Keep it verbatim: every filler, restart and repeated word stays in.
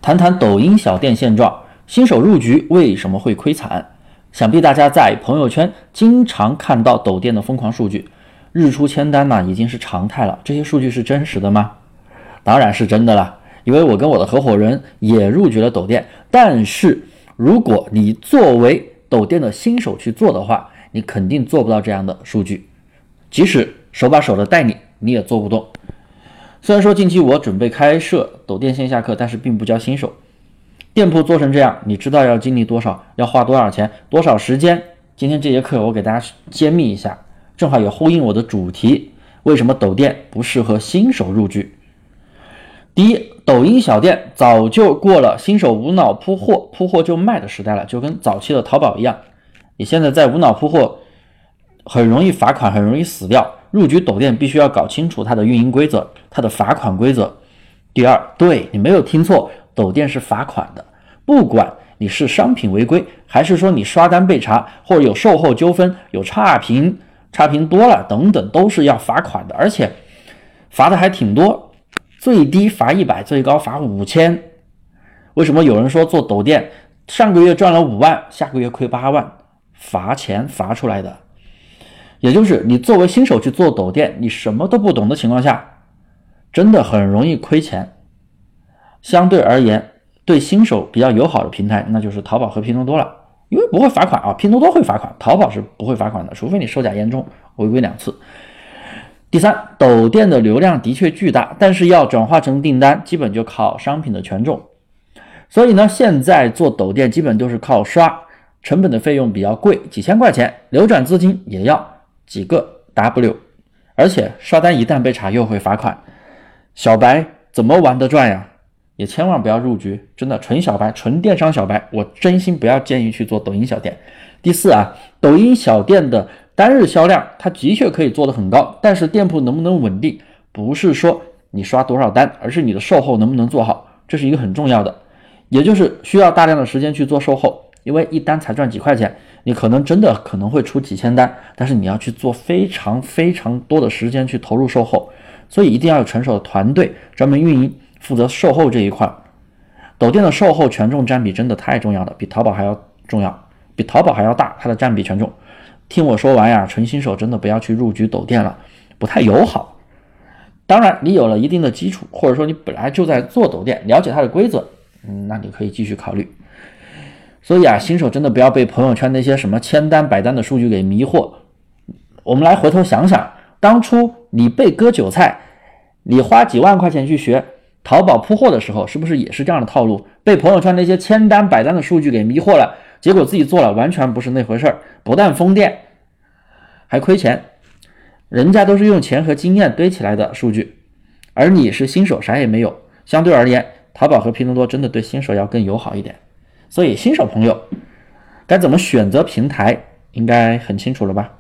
谈谈抖音小店现状，新手入局为什么会亏惨？想必大家在朋友圈经常看到抖店的疯狂数据，日出千单呢已经是常态了。这些数据是真实的吗？当然是真的了，因为我跟我的合伙人也入局了抖店。但是如果你作为抖店的新手去做的话，你肯定做不到这样的数据，即使手把手的带你，你也做不动。虽然说近期我准备开设抖店线下课，但是并不教新手。店铺做成这样，你知道要经历多少，要花多少钱，多少时间？今天这节课我给大家揭秘一下，正好也呼应我的主题，为什么抖店不适合新手入局。第一，抖音小店早就过了新手无脑铺货铺货就卖的时代了，就跟早期的淘宝一样。你现在在无脑铺货很容易罚款，很容易死掉。入局抖店必须要搞清楚它的运营规则，它的罚款规则。第二，对，你没有听错，抖店是罚款的，不管你是商品违规，还是说你刷单被查，或者有售后纠纷，有差评差评多了等等，都是要罚款的，而且罚的还挺多，最低罚一百，最高罚五千。为什么有人说做抖店上个月赚了五万，下个月亏八万？罚钱罚出来的。也就是你作为新手去做抖店，你什么都不懂的情况下，真的很容易亏钱。相对而言，对新手比较友好的平台，那就是淘宝和拼多多了，因为不会罚款啊，拼多多会罚款，淘宝是不会罚款的，除非你售假严重，违规两次。第三，抖店的流量的确巨大，但是要转化成订单，基本就靠商品的权重。所以呢，现在做抖店基本都是靠刷，成本的费用比较贵，几千块钱，流转资金也要几个 W， 而且刷单一旦被查又会罚款，小白怎么玩得转呀？也千万不要入局，真的纯小白，纯电商小白，我真心不要建议去做抖音小店。第四啊，抖音小店的单日销量它的确可以做得很高，但是店铺能不能稳定，不是说你刷多少单，而是你的售后能不能做好，这是一个很重要的，也就是需要大量的时间去做售后。因为一单才赚几块钱，你可能真的可能会出几千单，但是你要去做非常非常多的时间去投入售后，所以一定要有成熟的团队专门运营负责售后这一块。抖店的售后权重占比真的太重要了，比淘宝还要重要，比淘宝还要大，它的占比权重。听我说完呀，纯新手真的不要去入局抖店了，不太友好。当然你有了一定的基础，或者说你本来就在做抖店，了解它的规则，嗯，那你可以继续考虑。所以啊，新手真的不要被朋友圈那些什么千单百单的数据给迷惑。我们来回头想想，当初你被割韭菜，你花几万块钱去学淘宝铺货的时候，是不是也是这样的套路？被朋友圈那些千单百单的数据给迷惑了，结果自己做了完全不是那回事儿，不但封店，还亏钱。人家都是用钱和经验堆起来的数据，而你是新手，啥也没有。相对而言，淘宝和拼多多真的对新手要更友好一点。所以新手朋友该怎么选择平台应该很清楚了吧？